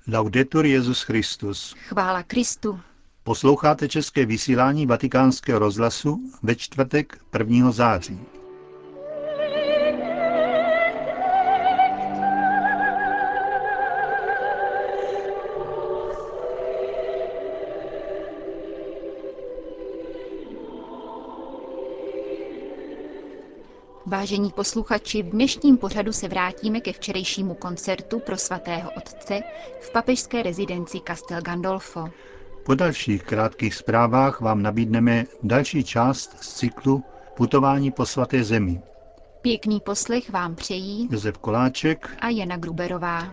Laudetur Jesus Christus. Chvála Kristu. Posloucháte české vysílání Vatikánského rozhlasu ve čtvrtek 1. září. Vážení posluchači, v dnešním pořadu se vrátíme ke včerejšímu koncertu pro svatého otce v papežské rezidenci Castel Gandolfo. Po dalších krátkých zprávách vám nabídneme další část z cyklu Putování po svaté zemi. Pěkný poslech vám přejí Josef Koláček a Jana Gruberová.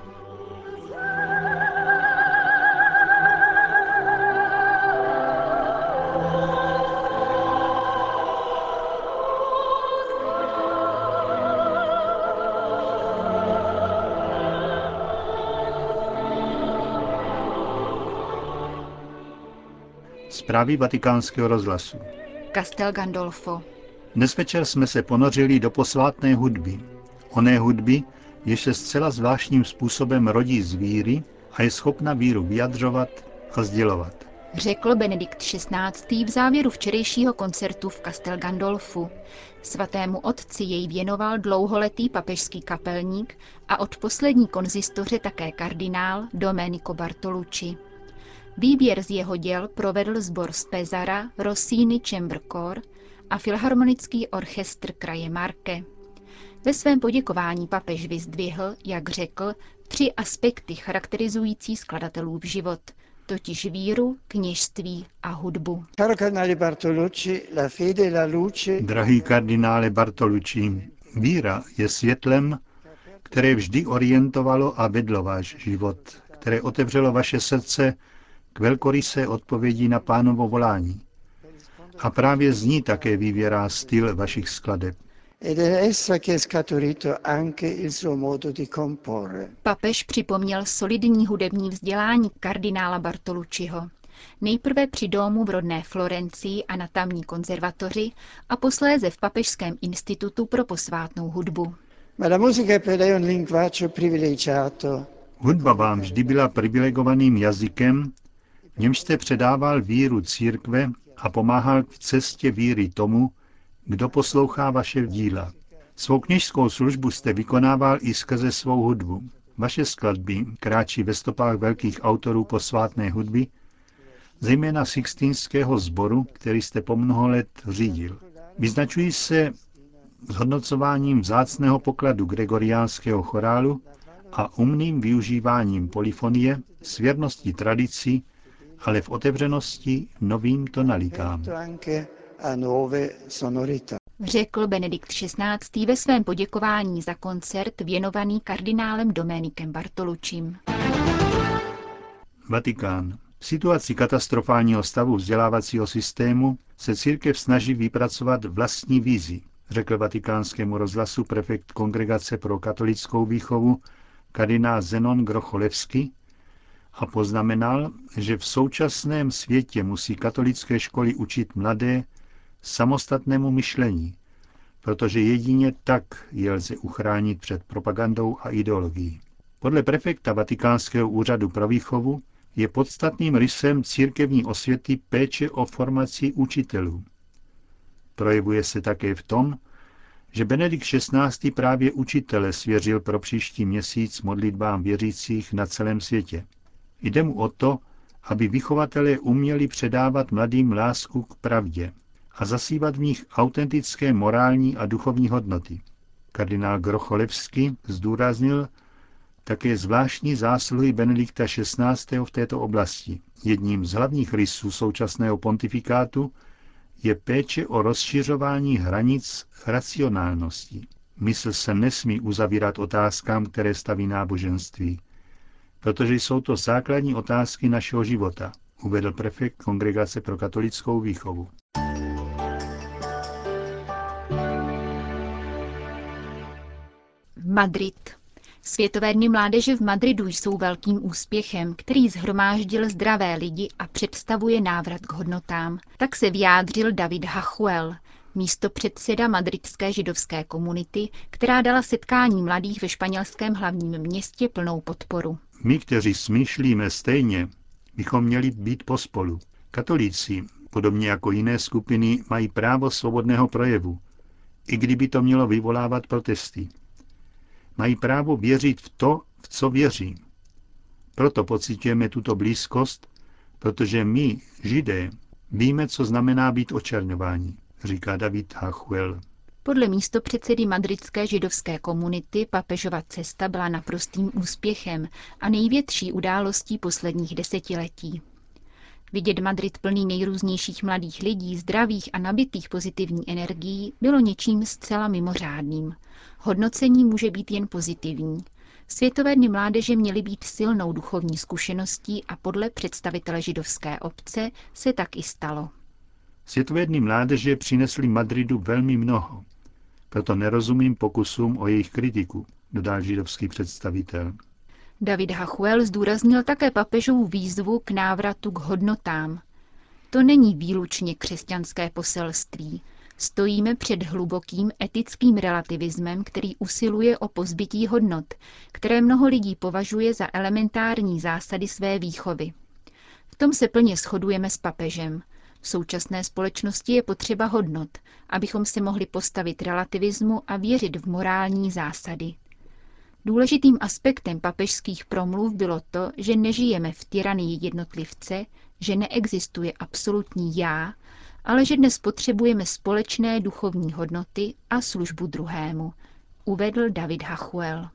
Zprávy Vatikánského rozhlasu. Castel Gandolfo. Dnes večer jsme se ponořili do posvátné hudby. Oné hudby, jež se zcela zvláštním způsobem rodí z víry a je schopna víru vyjadřovat a sdělovat. Řekl Benedikt XVI. V závěru včerejšího koncertu v Castel Gandolfu. Svatému otci jej věnoval dlouholetý papežský kapelník a od poslední konzistoře také kardinál Domenico Bartolucci. Výběr z jeho děl provedl sbor z Pesara, Rossini Chamber Corps a Filharmonický orchestr kraje Marke. Ve svém poděkování papež vyzdvihl, jak řekl, 3 aspekty charakterizující skladatelův život, totiž víru, kněžství a hudbu. Drahý kardinále Bartolucci, víra je světlem, které vždy orientovalo a vedlo váš život, které otevřelo vaše srdce k velkorysé odpovědi na Pánovo volání. A právě z ní také vyvěrá styl vašich skladeb. Papež připomněl solidní hudební vzdělání kardinála Bartolucciho. Nejprve při domu v rodné Florencii a na tamní konzervatoři a posléze v Papežském institutu pro posvátnou hudbu. Hudba vám vždy byla privilegovaným jazykem, v němž jste předával víru církve a pomáhal v cestě víry tomu, kdo poslouchá vaše díla. Svou kněžskou službu jste vykonával i skrze svou hudbu. Vaše skladby kráčí ve stopách velkých autorů posvátné hudby, zejména Sixtínského sboru, který jste po mnoho let řídil. Vyznačují se zhodnocováním vzácného pokladu gregoriánského chorálu a umným využíváním polyfonie, s věrností tradici, ale v otevřenosti novým tonalitám. Řekl Benedikt XVI. Ve svém poděkování za koncert věnovaný kardinálem Domenikem Bartoluccim. Vatikán. V situaci katastrofálního stavu vzdělávacího systému se církev snaží vypracovat vlastní vizi, řekl Vatikánskému rozhlasu prefekt Kongregace pro katolickou výchovu kardinál Zenon Grocholevský a poznamenal, že v současném světě musí katolické školy učit mladé samostatnému myšlení, protože jedině tak je lze uchránit před propagandou a ideologií. Podle prefekta Vatikánského úřadu pro výchovu je podstatným rysem církevní osvěty péče o formaci učitelů. Projevuje se také v tom, že Benedikt XVI. Právě učitele svěřil pro příští měsíc modlitbám věřících na celém světě. Jde mu o to, aby vychovatelé uměli předávat mladým lásku k pravdě a zasívat v nich autentické morální a duchovní hodnoty. Kardinál Grocholevský zdůraznil také zvláštní zásluhy Benedikta XVI. V této oblasti. Jedním z hlavních rysů současného pontifikátu je péče o rozšiřování hranic racionálnosti. Mysl se nesmí uzavírat otázkám, které staví náboženství, protože jsou to základní otázky našeho života, uvedl prefekt Kongregace pro katolickou výchovu. Madrid. Světové dny mládeže v Madridu jsou velkým úspěchem, který shromáždil zdravé lidi a představuje návrat k hodnotám. Tak se vyjádřil David Hachuel, Místopředseda madridské židovské komunity, která dala setkání mladých ve španělském hlavním městě plnou podporu. My, kteří smýšlíme stejně, bychom měli být pospolu. Katolíci, podobně jako jiné skupiny, mají právo svobodného projevu, i kdyby to mělo vyvolávat protesty. Mají právo věřit v to, v co věří. Proto pociťujeme tuto blízkost, protože my, Židé, víme, co znamená být očerňováni, říká David Hachuel. Podle místopředsedy madridské židovské komunity papežova cesta byla naprostým úspěchem a největší událostí posledních desetiletí. Vidět Madrid plný nejrůznějších mladých lidí, zdravých a nabitých pozitivní energií, bylo něčím zcela mimořádným. Hodnocení může být jen pozitivní. Světové dny mládeže měly být silnou duchovní zkušeností a podle představitele židovské obce se tak i stalo. Světové dny mládeže přinesly Madridu velmi mnoho. Proto nerozumím pokusům o jejich kritiku, dodal židovský představitel. David Hachuel zdůraznil také papežovu výzvu k návratu k hodnotám. To není výlučně křesťanské poselství. Stojíme před hlubokým etickým relativismem, který usiluje o pozbytí hodnot, které mnoho lidí považuje za elementární zásady své výchovy. V tom se plně shodujeme s papežem. V současné společnosti je potřeba hodnot, abychom se mohli postavit relativismu a věřit v morální zásady. Důležitým aspektem papežských promluv bylo to, že nežijeme v tyranii jednotlivce, že neexistuje absolutní já, ale že dnes potřebujeme společné duchovní hodnoty a službu druhému, uvedl David Hachuel.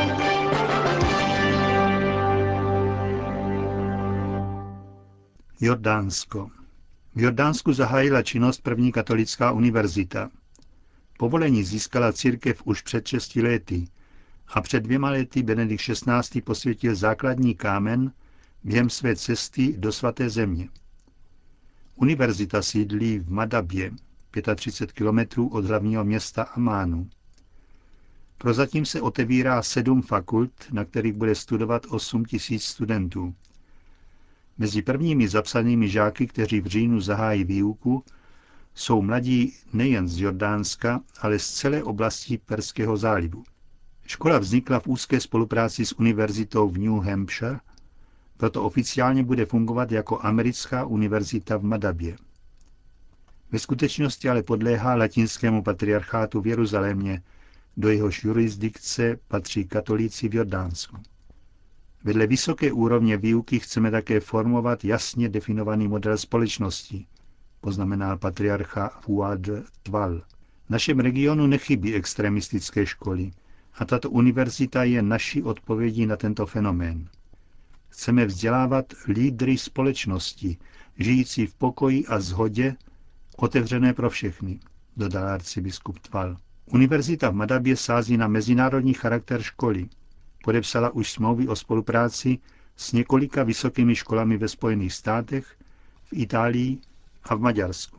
Jordánsko. V Jordánsku zahájila činnost první katolická univerzita. Povolení získala církev už před 6 lety a před 2 lety Benedikt XVI. Posvětil základní kámen během své cesty do svaté země. Univerzita sídlí v Madabě, 35 kilometrů od hlavního města Amánu. Prozatím se otevírá 7 fakult, na kterých bude studovat 8 000 studentů. Mezi prvními zapsanými žáky, kteří v říjnu zahájí výuku, jsou mladí nejen z Jordánska, ale z celé oblasti Perského zálivu. Škola vznikla v úzké spolupráci s univerzitou v New Hampshire, proto oficiálně bude fungovat jako americká univerzita v Madabě. Ve skutečnosti ale podléhá latinskému patriarchátu v Jeruzalémě, do jehož jurisdikce patří katolíci v Jordánsku. Vedle vysoké úrovně výuky chceme také formovat jasně definovaný model společnosti, poznamenal patriarcha Fuad Tval. V našem regionu nechybí extremistické školy a tato univerzita je naší odpovědí na tento fenomén. Chceme vzdělávat lídry společnosti, žijící v pokoji a shodě, otevřené pro všechny, dodal arcibiskup Tval. Univerzita v Madabě sází na mezinárodní charakter školy. Podepsala už smlouvy o spolupráci s několika vysokými školami ve Spojených státech, v Itálii a v Maďarsku.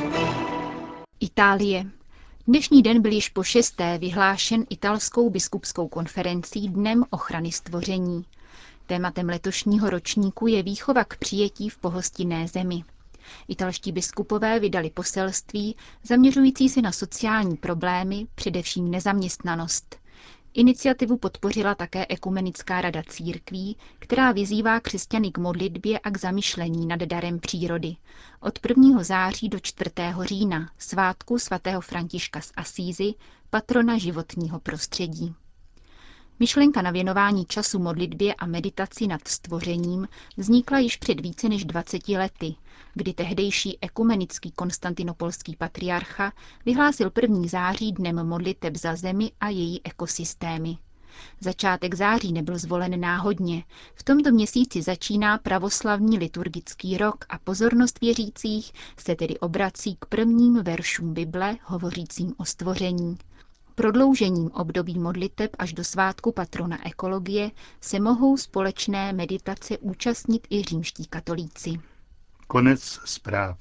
Itálie. Dnešní den byl již po 6. vyhlášen italskou biskupskou konferencí Dnem ochrany stvoření. Tématem letošního ročníku je výchova k přijetí v pohostinné zemi. Italští biskupové vydali poselství zaměřující se na sociální problémy, především nezaměstnanost. Iniciativu podpořila také Ekumenická rada církví, která vyzývá křesťany k modlitbě a k zamyšlení nad darem přírody. Od 1. září do 4. října, svátku svatého Františka z Asízy, patrona životního prostředí. Myšlenka na věnování času modlitbě a meditaci nad stvořením vznikla již před více než 20 lety, kdy tehdejší ekumenický konstantinopolský patriarcha vyhlásil 1. září dnem modliteb za zemi a její ekosystémy. Začátek září nebyl zvolen náhodně. V tomto měsíci začíná pravoslavní liturgický rok a pozornost věřících se tedy obrací k prvním veršům Bible hovořícím o stvoření. Prodloužením období modliteb až do svátku patrona ekologie se mohou společné meditace účastnit i římští katolíci. Konec zpráv.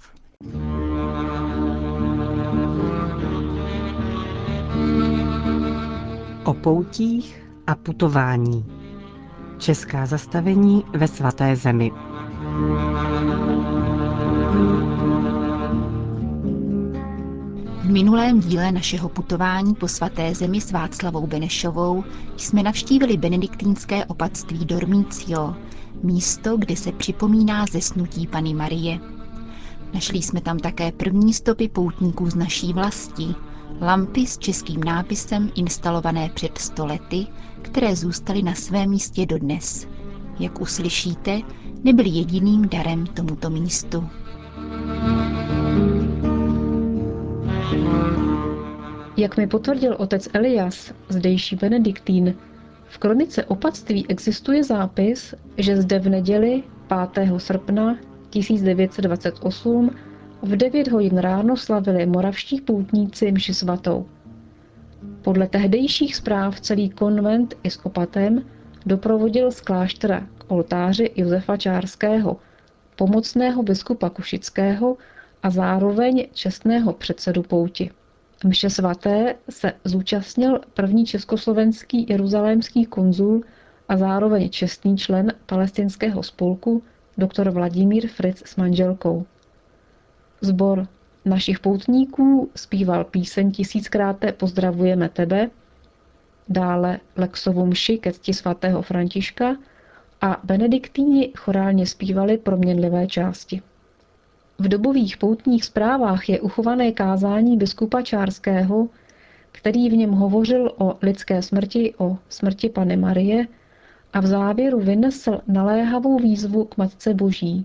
O poutích a putování. Česká zastavení ve svaté zemi. V minulém díle našeho putování po svaté zemi s Václavou Benešovou jsme navštívili benediktínské opatství Dormicio, místo, kde se připomíná zesnutí Panny Marie. Našli jsme tam také první stopy poutníků z naší vlasti, lampy s českým nápisem instalované před 100 lety, které zůstaly na svém místě dodnes. Jak uslyšíte, nebyly jediným darem tomuto místu. Jak mi potvrdil otec Elias, zdejší benediktín, v kronice opatství existuje zápis, že zde v neděli 5. srpna 1928 v 9 hodin ráno slavili moravští poutníci mši svatou. Podle tehdejších zpráv celý konvent i s opatem doprovodil z kláštera k oltáři Josefa Čárského, pomocného biskupa Košického a zároveň čestného předsedu pouti. Mše svaté se zúčastnil první československý jeruzalémský konzul a zároveň čestný člen palestinského spolku dr. Vladimír Fritz s manželkou. Sbor našich poutníků zpíval píseň Tisíckráte pozdravujeme tebe, dále Lexovu mši ke cti svatého Františka a benediktíni chorálně zpívali proměnlivé části. V dobových poutních zprávách je uchované kázání biskupa Čárského, který v něm hovořil o lidské smrti, o smrti Panny Marie a v závěru vynesl naléhavou výzvu k Matce Boží.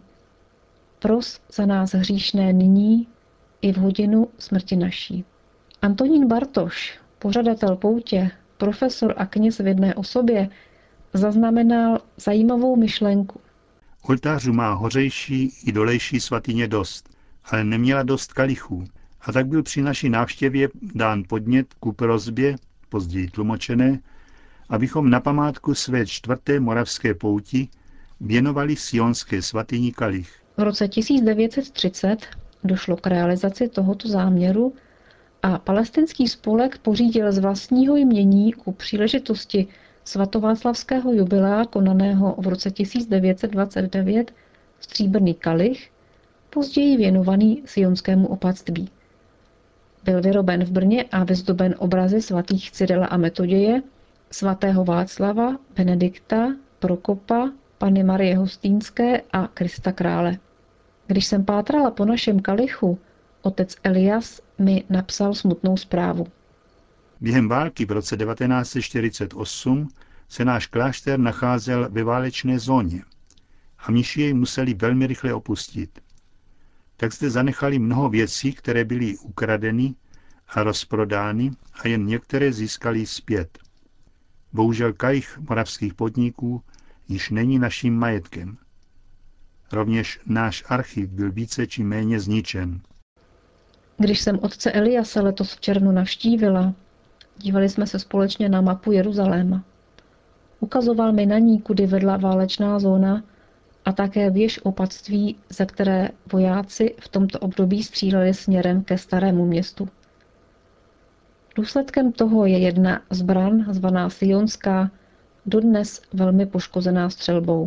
Pros za nás hříšné nyní i v hodinu smrti naší. Antonín Bartoš, pořadatel poutě, profesor a kněz v jedné osobě, zaznamenal zajímavou myšlenku. Oltářů má hořejší i dolejší svatyně dost, ale neměla dost kalichů. A tak byl při naší návštěvě dán podnět ku prosbě, později tlumočené, abychom na památku své 4. moravské pouti věnovali sionské svatyni kalich. V roce 1930 došlo k realizaci tohoto záměru a palestinský spolek pořídil z vlastního jmění ku příležitosti svatováclavského jubilea konaného v roce 1929 stříbrný kalich, později věnovaný sionskému opatství. Byl vyroben v Brně a vyzdoben obrazy svatých Cyrila a Metoděje, svatého Václava, Benedikta, Prokopa, Panny Marie Hostýnské a Krista Krále. Když jsem pátrala po našem kalichu, otec Elias mi napsal smutnou zprávu. Během války v roce 1948 se náš klášter nacházel ve válečné zóně a mniši jej museli velmi rychle opustit. Tak zde zanechali mnoho věcí, které byly ukradeny a rozprodány a jen některé získali zpět. Bohužel kalich moravských podniků již není naším majetkem. Rovněž náš archiv byl více či méně zničen. Když jsem otce Eliase letos v červnu navštívila, dívali jsme se společně na mapu Jeruzaléma. Ukazoval mi na ní, kudy vedla válečná zóna a také věž opatství, ze které vojáci v tomto období stříleli směrem ke Starému městu. Důsledkem toho je jedna zbraň, zvaná Sionská, dodnes velmi poškozená střelbou.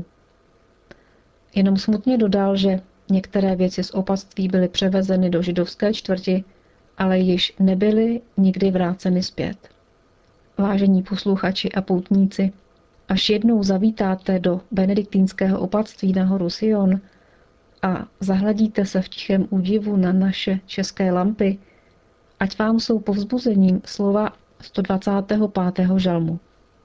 Jenom smutně dodal, že některé věci z opatství byly převezeny do židovské čtvrti, ale již nebyly nikdy vráceny zpět. Vážení posluchači a poutníci, až jednou zavítáte do benediktínského opatství na horu Sion a zahladíte se v tichém údivu na naše české lampy, ať vám jsou povzbuzením slova 125. žalmu.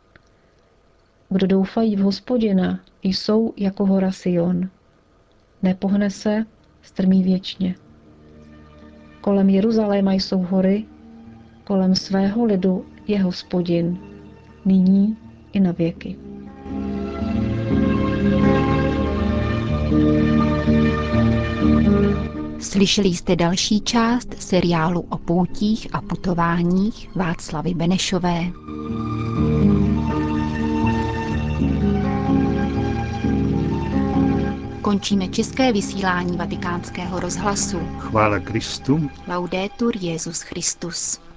Kdo doufají v Hospodina, jsou jako hora Sion. Nepohne se, strmí věčně. Kolem Jeruzaléma jsou hory, kolem svého lidu je Hospodin, nyní i na věky. Slyšeli jste další část seriálu o poutích a putováních Václavy Benešové. Končíme české vysílání Vatikánského rozhlasu. Chvála Kristu. Laudetur Jesus Christus.